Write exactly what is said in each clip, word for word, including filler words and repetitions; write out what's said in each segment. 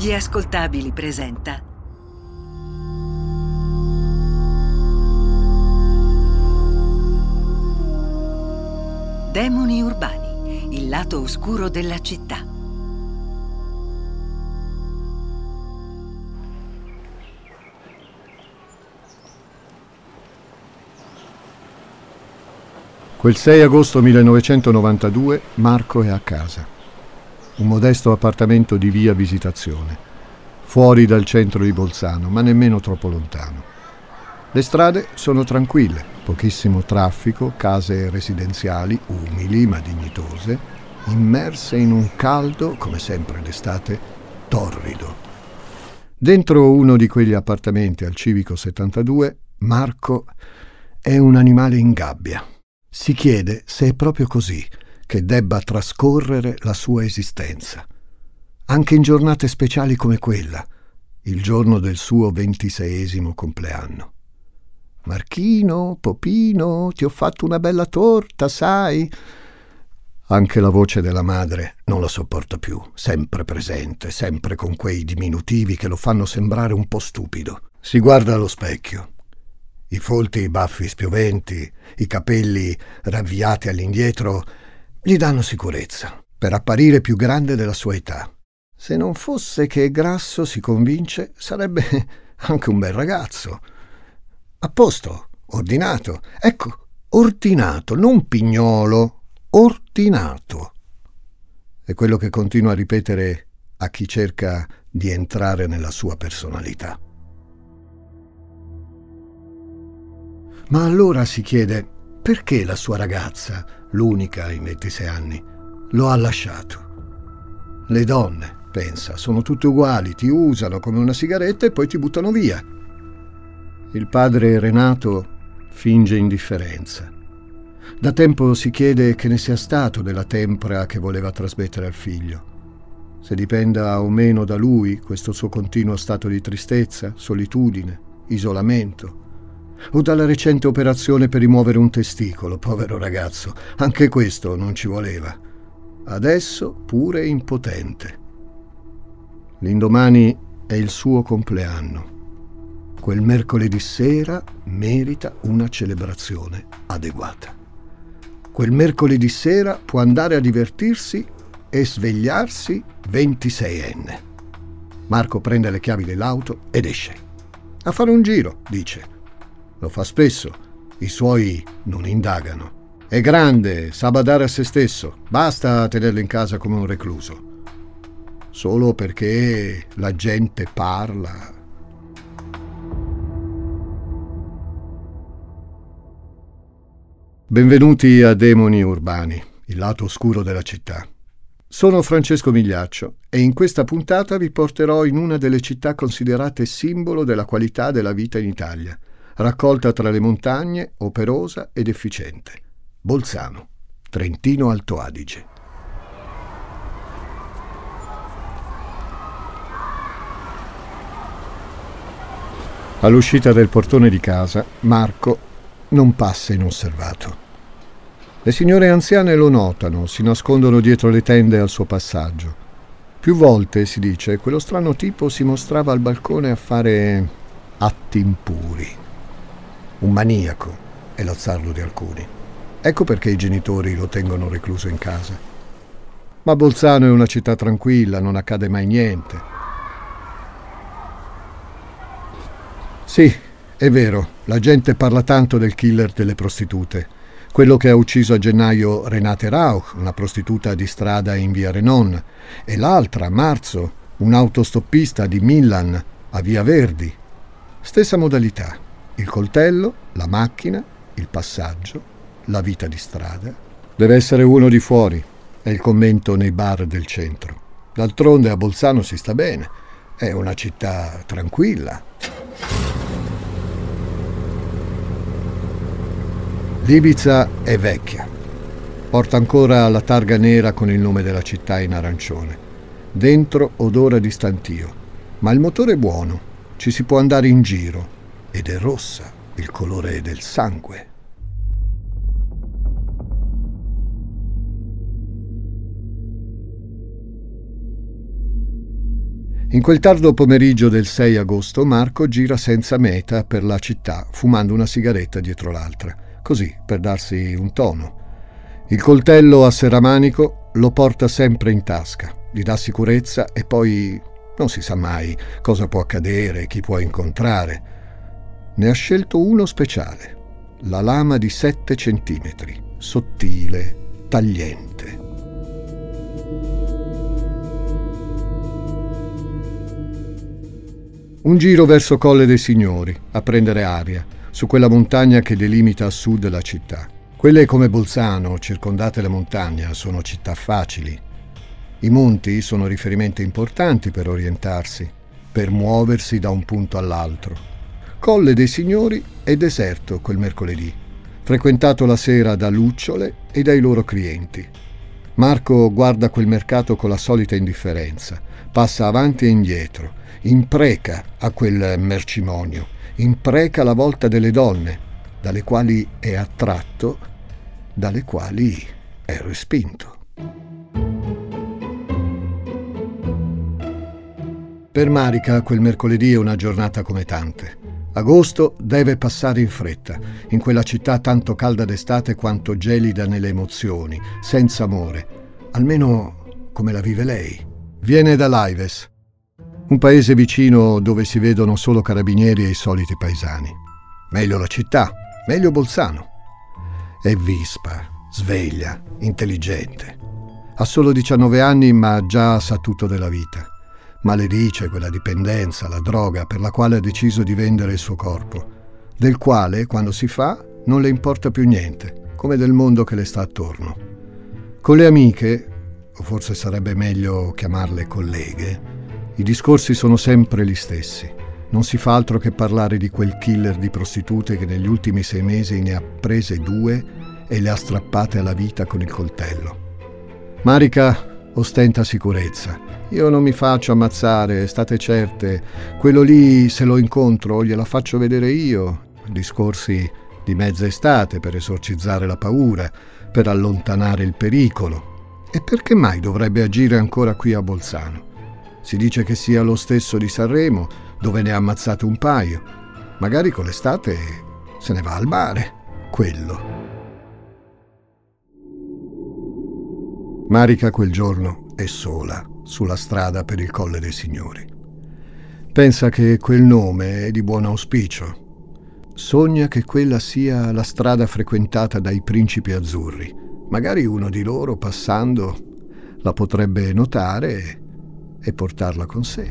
Gli Ascoltabili presenta Demoni urbani, il lato oscuro della città. Quel sei agosto millenovecentonovantadue Marco è a casa. Un modesto appartamento di via Visitazione, fuori dal centro di Bolzano, ma nemmeno troppo lontano. Le strade sono tranquille, pochissimo traffico, case residenziali, umili ma dignitose, immerse in un caldo, come sempre d'estate, torrido. Dentro uno di quegli appartamenti al Civico settantadue, Marco è un animale in gabbia. Si chiede se è proprio così che debba trascorrere la sua esistenza, anche in giornate speciali come quella, il giorno del suo ventiseiesimo compleanno. Marchino, Popino, ti ho fatto una bella torta, sai? Anche la voce della madre non la sopporta più, sempre presente, sempre con quei diminutivi che lo fanno sembrare un po' stupido. Si guarda allo specchio. I folti, i baffi spioventi, i capelli ravviati all'indietro gli danno sicurezza, per apparire più grande della sua età. Se non fosse che è grasso, si convince, sarebbe anche un bel ragazzo. A posto, ordinato. Ecco, ordinato, non pignolo, ordinato. È quello che continua a ripetere a chi cerca di entrare nella sua personalità. Ma allora si chiede perché la sua ragazza, l'unica in ventisei anni, lo ha lasciato. Le donne, pensa, sono tutte uguali, ti usano come una sigaretta e poi ti buttano via. Il padre Renato finge indifferenza. Da tempo si chiede che ne sia stato della tempra che voleva trasmettere al figlio. Se dipenda o meno da lui questo suo continuo stato di tristezza, solitudine, isolamento, o dalla recente operazione per rimuovere un testicolo, povero ragazzo, anche questo non ci voleva. Adesso pure impotente. L'indomani è il suo compleanno. Quel mercoledì sera merita una celebrazione adeguata. Quel mercoledì sera può andare a divertirsi e svegliarsi ventiseienne. Marco prende le chiavi dell'auto ed esce. A fare un giro, dice. Lo fa spesso, i suoi non indagano. È grande, sa badare a se stesso, basta tenerlo in casa come un recluso. Solo perché la gente parla. Benvenuti a Demoni urbani, il lato oscuro della città. Sono Francesco Migliaccio e in questa puntata vi porterò in una delle città considerate simbolo della qualità della vita in Italia, raccolta tra le montagne, operosa ed efficiente. Bolzano, Trentino Alto Adige. All'uscita del portone di casa, Marco non passa inosservato. Le signore anziane lo notano, si nascondono dietro le tende al suo passaggio. Più volte, si dice, quello strano tipo si mostrava al balcone a fare atti impuri. Un maniaco è l'azzardo di alcuni. Ecco perché i genitori lo tengono recluso in casa. Ma Bolzano è una città tranquilla, non accade mai niente. Sì, è vero, la gente parla tanto del killer delle prostitute, quello che ha ucciso a gennaio Renate Rauch, una prostituta di strada in via Renon, e l'altra, a marzo, un autostoppista di Milan a via Verdi. Stessa modalità. Il coltello, la macchina, il passaggio, la vita di strada. Deve essere uno di fuori, è il commento nei bar del centro. D'altronde a Bolzano si sta bene, è una città tranquilla. L'Ibiza è vecchia, porta ancora la targa nera con il nome della città in arancione. Dentro odora di stantio, ma il motore è buono, ci si può andare in giro. Ed è rossa, il colore del sangue. In quel tardo pomeriggio del sei agosto Marco gira senza meta per la città, fumando una sigaretta dietro l'altra, così per darsi un tono. Il coltello a serramanico lo porta sempre in tasca, gli dà sicurezza e poi non si sa mai cosa può accadere, chi può incontrare. Ne ha scelto uno speciale, la lama di sette centimetri, sottile, tagliente. Un giro verso Colle dei Signori, a prendere aria, su quella montagna che delimita a sud la città. Quelle come Bolzano, circondate da montagna, sono città facili. I monti sono riferimenti importanti per orientarsi, per muoversi da un punto all'altro. Colle dei Signori è deserto quel mercoledì, frequentato la sera da lucciole e dai loro clienti. Marco guarda quel mercato con la solita indifferenza, passa avanti e indietro, impreca a quel mercimonio, impreca la volta delle donne, dalle quali è attratto, dalle quali è respinto. Per Marica quel mercoledì è una giornata come tante. Agosto deve passare in fretta, in quella città tanto calda d'estate quanto gelida nelle emozioni, senza amore, almeno come la vive lei. Viene da Laives, un paese vicino dove si vedono solo carabinieri e i soliti paesani. Meglio la città, meglio Bolzano. È vispa, sveglia, intelligente. Ha solo diciannove anni ma già sa tutto della vita. Maledice quella dipendenza, la droga per la quale ha deciso di vendere il suo corpo, del quale, quando si fa, non le importa più niente, come del mondo che le sta attorno. Con le amiche, o forse sarebbe meglio chiamarle colleghe, i discorsi sono sempre gli stessi. Non si fa altro che parlare di quel killer di prostitute che negli ultimi sei mesi ne ha prese due e le ha strappate alla vita con il coltello. Marica ostenta sicurezza. Io non mi faccio ammazzare, state certe. Quello lì, se lo incontro, gliela faccio vedere io. Discorsi di mezza estate per esorcizzare la paura, per allontanare il pericolo. E perché mai dovrebbe agire ancora qui a Bolzano? Si dice che sia lo stesso di Sanremo, dove ne ha ammazzato un paio. Magari con l'estate se ne va al mare, quello. Marica quel giorno è sola, sulla strada per il Colle dei Signori. Pensa che quel nome è di buon auspicio. Sogna che quella sia la strada frequentata dai principi azzurri. Magari uno di loro, passando, la potrebbe notare e portarla con sé.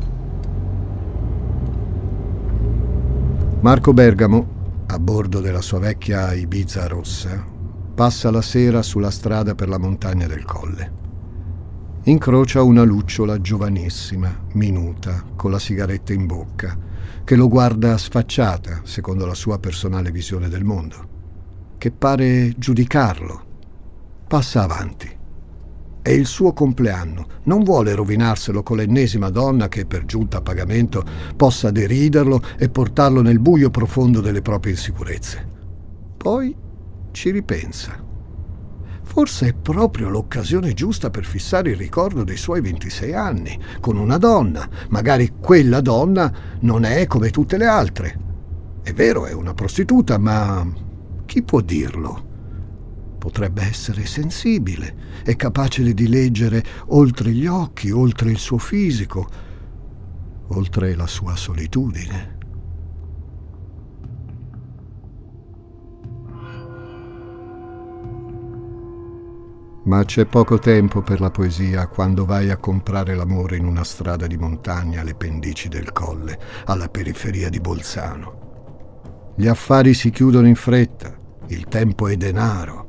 Marco Bergamo, a bordo della sua vecchia Ibiza rossa, passa la sera sulla strada per la montagna del Colle. Incrocia una lucciola giovanissima, minuta, con la sigaretta in bocca, che lo guarda sfacciata, secondo la sua personale visione del mondo, che pare giudicarlo. Passa avanti. È il suo compleanno, non vuole rovinarselo con l'ennesima donna che, per giunta a pagamento, possa deriderlo e portarlo nel buio profondo delle proprie insicurezze. Poi ci ripensa. Forse è proprio l'occasione giusta per fissare il ricordo dei suoi ventisei anni, con una donna. Magari quella donna non è come tutte le altre. È vero, è una prostituta, ma chi può dirlo? Potrebbe essere sensibile, è capace di leggere oltre gli occhi, oltre il suo fisico, oltre la sua solitudine. Ma c'è poco tempo per la poesia quando vai a comprare l'amore in una strada di montagna alle pendici del Colle, alla periferia di Bolzano. Gli affari si chiudono in fretta, il tempo è denaro.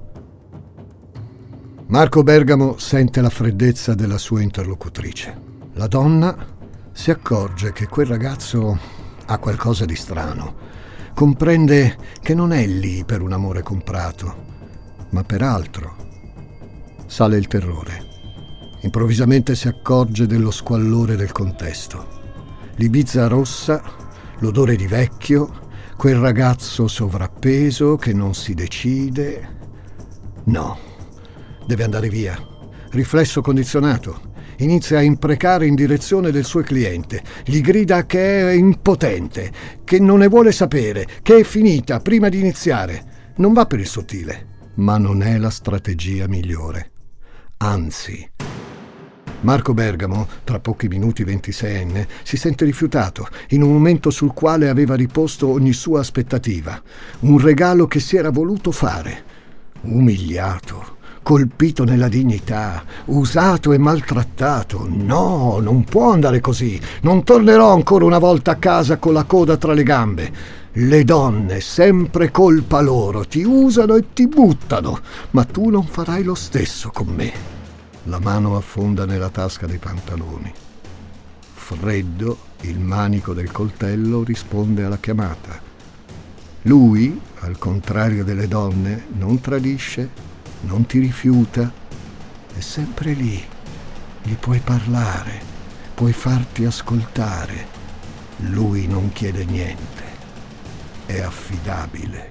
Marco Bergamo sente la freddezza della sua interlocutrice. La donna si accorge che quel ragazzo ha qualcosa di strano. Comprende che non è lì per un amore comprato, ma per altro. Sale il terrore. Improvvisamente si accorge dello squallore del contesto. L'Ibiza rossa, l'odore di vecchio, quel ragazzo sovrappeso che non si decide. No. Deve andare via. Riflesso condizionato. Inizia a imprecare in direzione del suo cliente. Gli grida che è impotente, che non ne vuole sapere, che è finita prima di iniziare. Non va per il sottile, ma non è la strategia migliore. Anzi, Marco Bergamo, tra pochi minuti ventiseienne, si sente rifiutato in un momento sul quale aveva riposto ogni sua aspettativa. Un regalo che si era voluto fare. Umiliato, colpito nella dignità, usato e maltrattato. No, non può andare così. Non tornerò ancora una volta a casa con la coda tra le gambe. Le donne, sempre colpa loro, ti usano e ti buttano, ma tu non farai lo stesso con me. La mano affonda nella tasca dei pantaloni. Freddo, il manico del coltello risponde alla chiamata. Lui, al contrario delle donne, non tradisce, non ti rifiuta, è sempre lì. Gli puoi parlare, puoi farti ascoltare. Lui non chiede niente, è affidabile.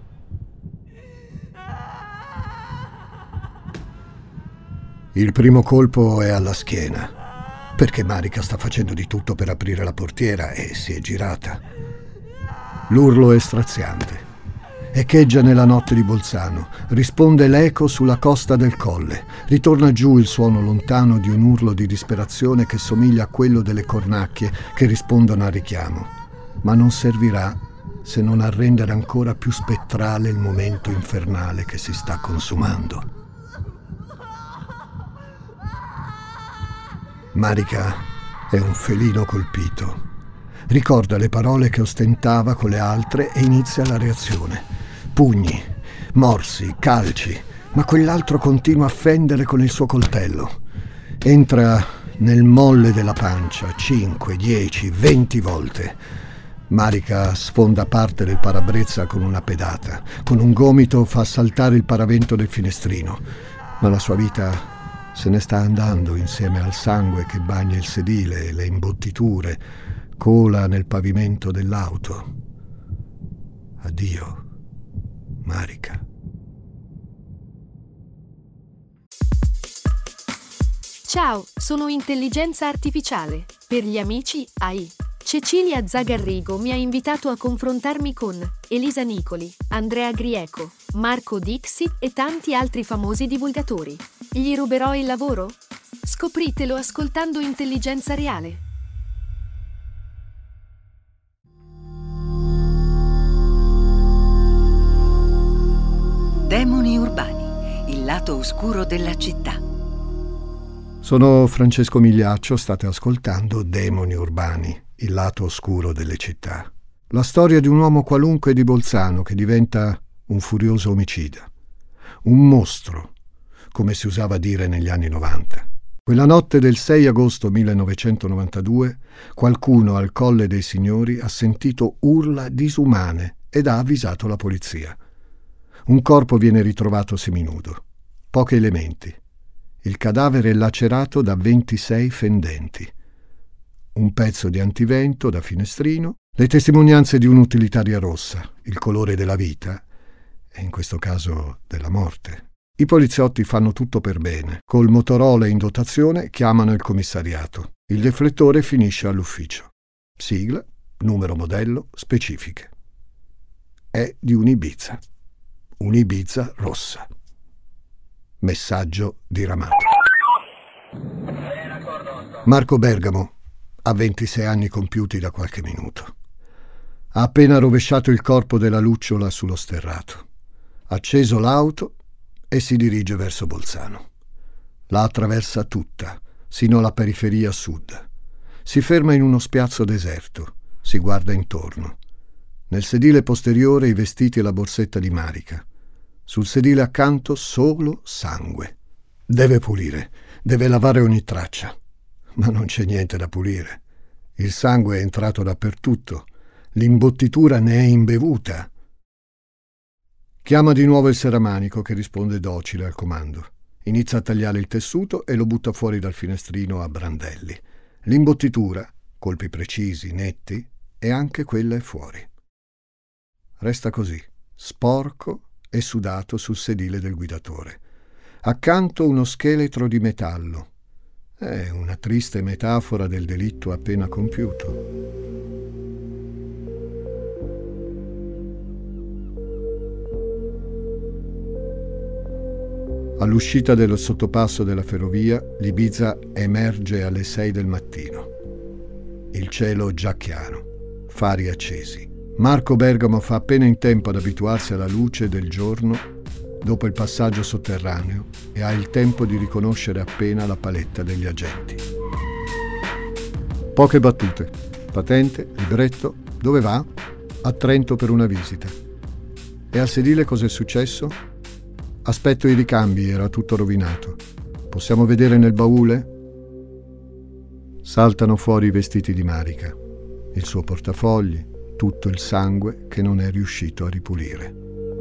Il primo colpo è alla schiena, perché Marica sta facendo di tutto per aprire la portiera e si è girata. L'urlo è straziante. Echeggia nella notte di Bolzano, risponde l'eco sulla costa del colle. Ritorna giù il suono lontano di un urlo di disperazione che somiglia a quello delle cornacchie che rispondono al richiamo. Ma non servirà se non a rendere ancora più spettrale il momento infernale che si sta consumando. Marica è un felino colpito. Ricorda le parole che ostentava con le altre e inizia la reazione. Pugni, morsi, calci, ma quell'altro continua a fendere con il suo coltello. Entra nel molle della pancia cinque, dieci, venti volte. Marica sfonda parte del parabrezza con una pedata. Con un gomito fa saltare il paravento del finestrino. Ma la sua vita se ne sta andando insieme al sangue che bagna il sedile, le imbottiture, cola nel pavimento dell'auto. Addio, Marica. Ciao, sono intelligenza artificiale. Per gli amici, A I. Cecilia Zagarrigo mi ha invitato a confrontarmi con Elisa Nicoli, Andrea Grieco, Marco Dixi e tanti altri famosi divulgatori. Gli ruberò il lavoro? Scopritelo ascoltando Intelligenza Reale. Demoni urbani, il lato oscuro della città. Sono Francesco Migliaccio, state ascoltando Demoni urbani, il lato oscuro delle città. La storia di un uomo qualunque di Bolzano che diventa un furioso omicida. Un mostro, come si usava dire negli anni novanta. Quella notte del sei agosto millenovecentonovantadue, qualcuno al Colle dei Signori ha sentito urla disumane ed ha avvisato la polizia. Un corpo viene ritrovato seminudo. Pochi elementi. Il cadavere è lacerato da ventisei fendenti. Un pezzo di antivento da finestrino, le testimonianze di un'utilitaria rossa, il colore della vita e in questo caso della morte. I poliziotti fanno tutto per bene. Col Motorola in dotazione chiamano il commissariato. Il deflettore finisce all'ufficio. Sigla, numero modello, specifiche. È di un'Ibiza. Un'Ibiza rossa. Messaggio diramato. Marco Bergamo ha ventisei anni compiuti da qualche minuto. Ha appena rovesciato il corpo della lucciola sullo sterrato. Ha acceso l'auto e si dirige verso Bolzano. La attraversa tutta, sino alla periferia sud. Si ferma in uno spiazzo deserto, si guarda intorno. Nel sedile posteriore i vestiti e la borsetta di Marica. Sul sedile accanto solo sangue. Deve pulire, deve lavare ogni traccia. Ma non c'è niente da pulire. Il sangue è entrato dappertutto. L'imbottitura ne è imbevuta. Chiama di nuovo il serramanico che risponde docile al comando. Inizia a tagliare il tessuto e lo butta fuori dal finestrino a brandelli. L'imbottitura, colpi precisi, netti, e anche quella è fuori. Resta così, sporco e sudato sul sedile del guidatore. Accanto uno scheletro di metallo. È una triste metafora del delitto appena compiuto. All'uscita dello sottopasso della ferrovia, l'Ibiza emerge alle sei del mattino. Il cielo già chiaro, fari accesi. Marco Bergamo fa appena in tempo ad abituarsi alla luce del giorno dopo il passaggio sotterraneo e ha il tempo di riconoscere appena la paletta degli agenti. Poche battute. Patente, libretto. Dove va? A Trento per una visita. E al sedile cos'è successo? Aspetto i ricambi, era tutto rovinato. Possiamo vedere nel baule? Saltano fuori i vestiti di Marica, il suo portafogli, tutto il sangue che non è riuscito a ripulire.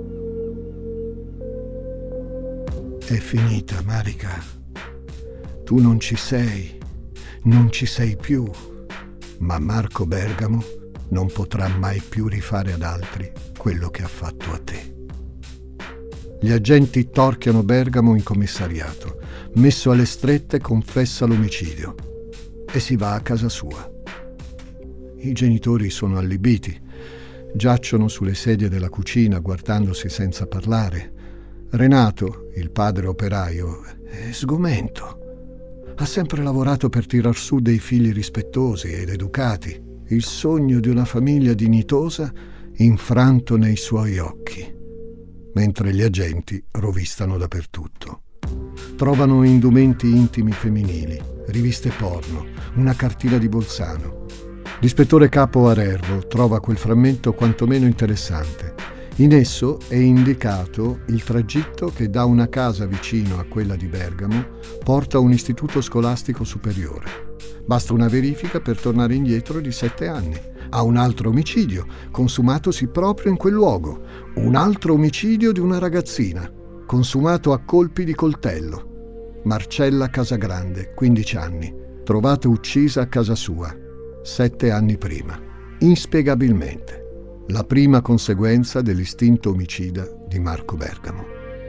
È finita, Marica. Tu non ci sei, non ci sei più, ma Marco Bergamo non potrà mai più rifare ad altri quello che ha fatto a te. Gli agenti torchiano Bergamo in commissariato. Messo alle strette, confessa l'omicidio e si va a casa sua. I genitori sono allibiti. Giacciono sulle sedie della cucina guardandosi senza parlare. Renato, il padre operaio, è sgomento. Ha sempre lavorato per tirar su dei figli rispettosi ed educati. Il sogno di una famiglia dignitosa infranto nei suoi occhi. Mentre gli agenti rovistano dappertutto. Trovano indumenti intimi femminili, riviste porno, una cartina di Bolzano. L'ispettore capo Arervo trova quel frammento quantomeno interessante. In esso è indicato il tragitto che da una casa vicino a quella di Bergamo porta a un istituto scolastico superiore. Basta una verifica per tornare indietro di sette anni. A un altro omicidio, consumatosi proprio in quel luogo. Un altro omicidio di una ragazzina, consumato a colpi di coltello. Marcella Casagrande, quindici anni, trovata uccisa a casa sua, sette anni prima. Inspiegabilmente. La prima conseguenza dell'istinto omicida di Marco Bergamo.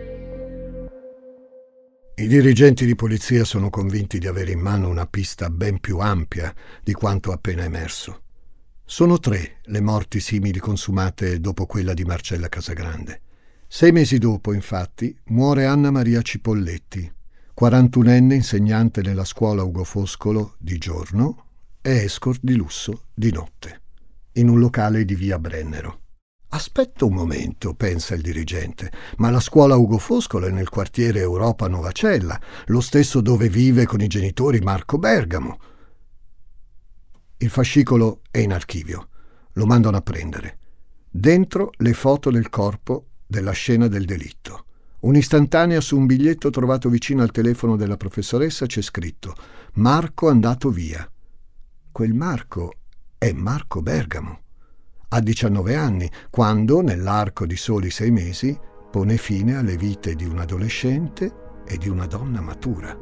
I dirigenti di polizia sono convinti di avere in mano una pista ben più ampia di quanto appena emerso. Sono tre le morti simili consumate dopo quella di Marcella Casagrande. Sei mesi dopo, infatti, muore Anna Maria Cipolletti, quarantunenne insegnante nella scuola Ugo Foscolo di giorno e escort di lusso di notte, in un locale di via Brennero. Aspetta un momento, pensa il dirigente, ma la scuola Ugo Foscolo è nel quartiere Europa Novacella, lo stesso dove vive con i genitori Marco Bergamo. Il fascicolo è in archivio, lo mandano a prendere. Dentro le foto del corpo della scena del delitto. Un'istantanea su un biglietto trovato vicino al telefono della professoressa c'è scritto «Marco andato via». Quel Marco è Marco Bergamo. Ha diciannove anni, quando, nell'arco di soli sei mesi, pone fine alle vite di un adolescente e di una donna matura.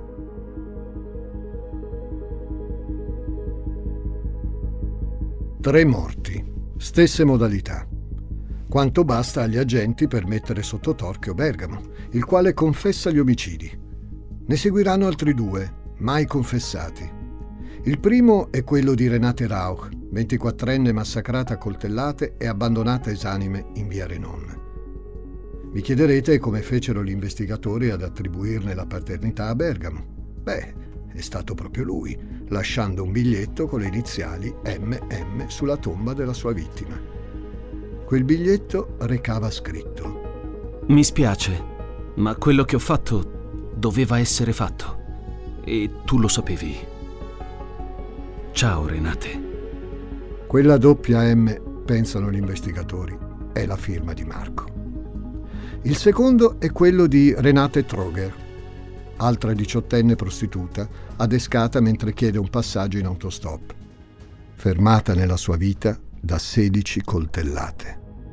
Tre morti, stesse modalità. Quanto basta agli agenti per mettere sotto torchio Bergamo, il quale confessa gli omicidi. Ne seguiranno altri due, mai confessati. Il primo è quello di Renate Rauch, ventiquattrenne massacrata a coltellate e abbandonata esanime in via Renon. Vi chiederete come fecero gli investigatori ad attribuirne la paternità a Bergamo. Beh, è stato proprio lui, lasciando un biglietto con le iniziali M M sulla tomba della sua vittima. Quel biglietto recava scritto: Mi spiace, ma quello che ho fatto doveva essere fatto. E tu lo sapevi. Ciao, Renate. Quella doppia M, pensano gli investigatori, è la firma di Marco. Il secondo è quello di Renate Troger, altra diciottenne prostituta, adescata mentre chiede un passaggio in autostop, fermata nella sua vita da sedici coltellate.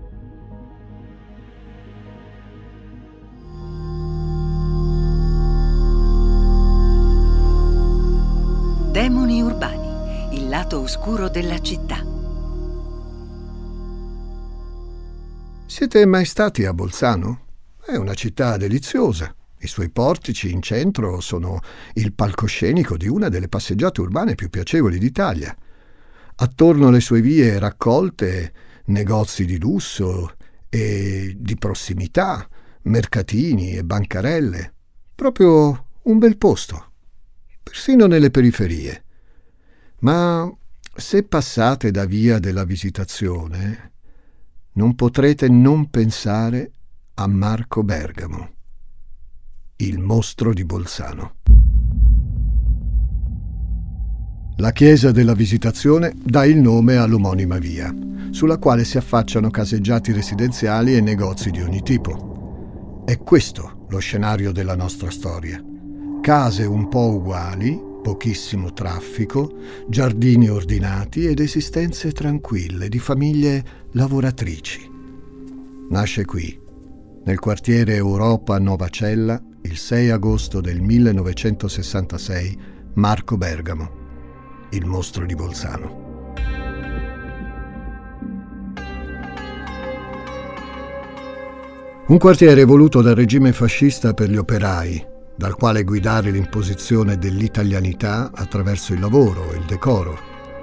Demoni urbani, il lato oscuro della città. Siete mai stati a Bolzano? È una città deliziosa, I suoi portici in centro sono il palcoscenico di una delle passeggiate urbane più piacevoli d'Italia. Attorno alle sue vie raccolte negozi di lusso e di prossimità, mercatini e bancarelle. Proprio un bel posto, persino nelle periferie. Ma se passate da via della Visitazione, non potrete non pensare a Marco Bergamo, il mostro di Bolzano. La chiesa della Visitazione dà il nome all'omonima via, sulla quale si affacciano caseggiati residenziali e negozi di ogni tipo. È questo lo scenario della nostra storia. Case un po' uguali, pochissimo traffico, giardini ordinati ed esistenze tranquille di famiglie lavoratrici. Nasce qui, nel quartiere Europa a Novacella, il sei agosto del millenovecentosessantasei, Marco Bergamo, il mostro di Bolzano. Un quartiere voluto dal regime fascista per gli operai, dal quale guidare l'imposizione dell'italianità attraverso il lavoro e il decoro.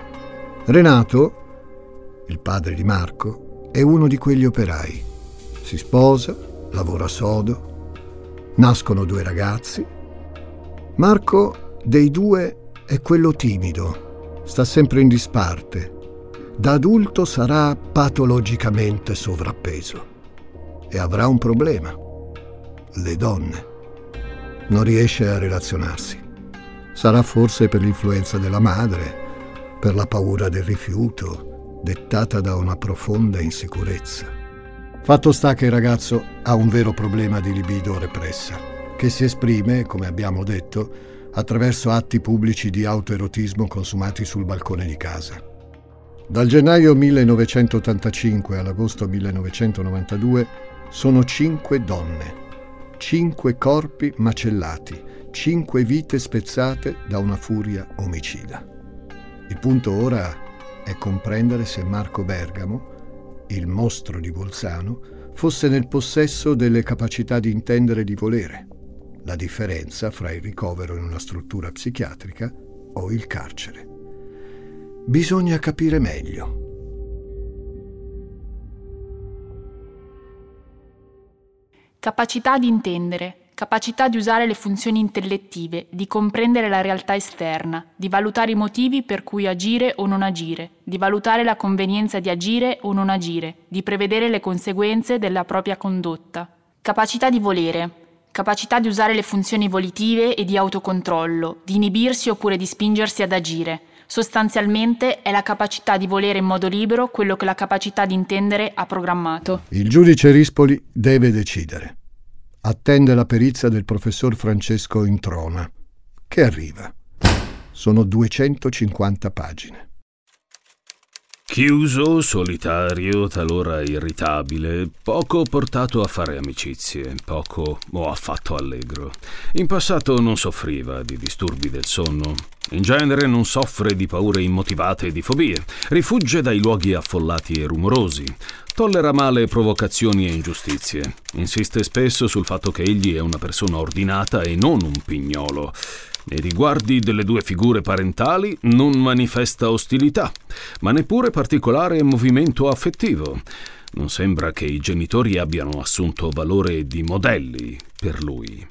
Renato, il padre di Marco, è uno di quegli operai. Si sposa, lavora sodo, nascono due ragazzi. Marco, dei due, è quello timido, sta sempre in disparte. Da adulto sarà patologicamente sovrappeso e avrà un problema: le donne. Non riesce a relazionarsi. Sarà forse per l'influenza della madre, per la paura del rifiuto, dettata da una profonda insicurezza. Fatto sta che il ragazzo ha un vero problema di libido repressa, che si esprime, come abbiamo detto, attraverso atti pubblici di autoerotismo consumati sul balcone di casa. Dal gennaio millenovecentottantacinque all'agosto millenovecentonovantadue sono cinque donne, cinque corpi macellati, cinque vite spezzate da una furia omicida. Il punto ora è comprendere se Marco Bergamo, il mostro di Bolzano, fosse nel possesso delle capacità di intendere e di volere. La differenza fra il ricovero in una struttura psichiatrica o il carcere. Bisogna capire meglio. Capacità di intendere, capacità di usare le funzioni intellettive, di comprendere la realtà esterna, di valutare i motivi per cui agire o non agire, di valutare la convenienza di agire o non agire, di prevedere le conseguenze della propria condotta. Capacità di volere, capacità di usare le funzioni volitive e di autocontrollo, di inibirsi oppure di spingersi ad agire. Sostanzialmente è la capacità di volere in modo libero quello che la capacità di intendere ha programmato. Il giudice Rispoli deve decidere. Attende la perizia del professor Francesco Introna, che arriva. Sono duecentocinquanta pagine. Chiuso, solitario, talora irritabile, poco portato a fare amicizie, poco o affatto allegro. In passato non soffriva di disturbi del sonno. In genere non soffre di paure immotivate e di fobie. Rifugge dai luoghi affollati e rumorosi. Tollera male provocazioni e ingiustizie. Insiste spesso sul fatto che egli è una persona ordinata e non un pignolo. Nei riguardi delle due figure parentali non manifesta ostilità, ma neppure particolare movimento affettivo. Non sembra che i genitori abbiano assunto valore di modelli per lui.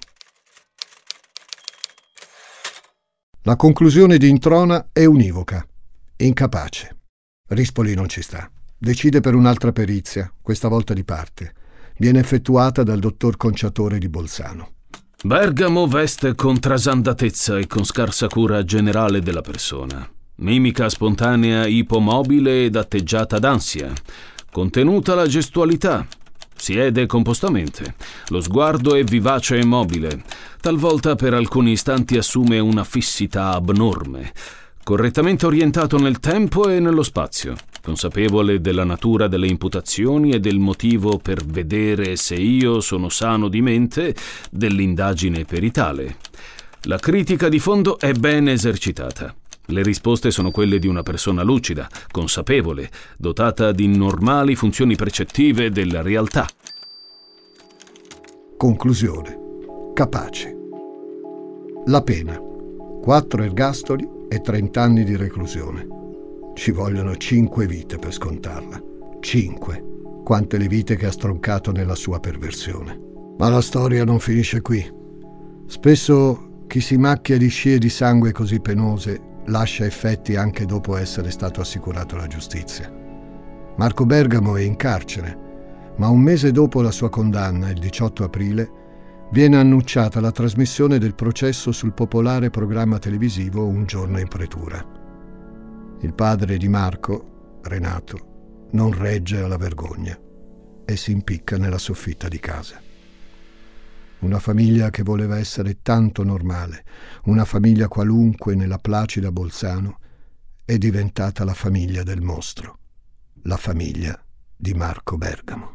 La conclusione di Introna è univoca: incapace. Rispoli non ci sta. Decide per un'altra perizia, questa volta di parte. Viene effettuata dal dottor Conciatore di Bolzano. Bergamo veste con trasandatezza e con scarsa cura generale della persona. Mimica spontanea ipomobile ed atteggiata d'ansia. Contenuta la gestualità. Siede compostamente. Lo sguardo è vivace e mobile. Talvolta per alcuni istanti assume una fissità abnorme. Correttamente orientato nel tempo e nello spazio. Consapevole della natura delle imputazioni e del motivo per vedere se io sono sano di mente dell'indagine peritale. La critica di fondo è ben esercitata. Le risposte sono quelle di una persona lucida, consapevole, dotata di normali funzioni percettive della realtà. Conclusione. capace. La pena: quattro ergastoli e trenta anni di reclusione. Ci vogliono cinque vite per scontarla. Cinque. Quante le vite che ha stroncato nella sua perversione. Ma la storia non finisce qui. Spesso chi si macchia di scie di sangue così penose lascia effetti anche dopo essere stato assicurato la giustizia. Marco Bergamo è in carcere, ma un mese dopo la sua condanna, il diciotto aprile, viene annunciata la trasmissione del processo sul popolare programma televisivo Un giorno in pretura. Il padre di Marco, Renato, non regge alla vergogna e si impicca nella soffitta di casa. Una famiglia che voleva essere tanto normale, una famiglia qualunque nella placida Bolzano, è diventata la famiglia del mostro, la famiglia di Marco Bergamo.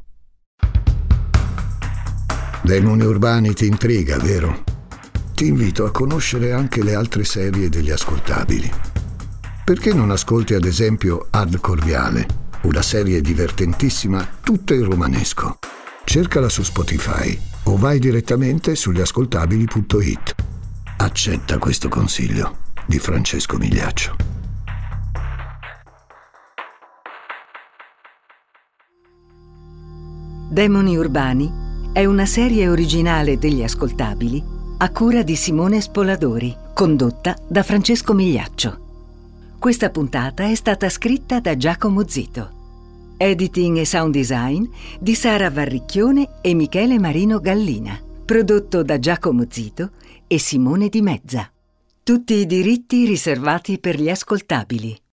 Demoni Urbani ti intriga, vero? Ti invito a conoscere anche le altre serie degli ascoltabili. Perché non ascolti ad esempio Ad Corviale, una serie divertentissima tutta in romanesco? Cercala su Spotify o vai direttamente sugli ascoltabili punto it. Accetta questo consiglio di Francesco Migliaccio. Demoni Urbani è una serie originale degli ascoltabili a cura di Simone Spoladori, condotta da Francesco Migliaccio. Questa puntata è stata scritta da Giacomo Zito. Editing e sound design di Sara Varricchione e Michele Marino Gallina. Prodotto da Giacomo Zito e Simone Di Mezza. Tutti i diritti riservati per gli ascoltabili.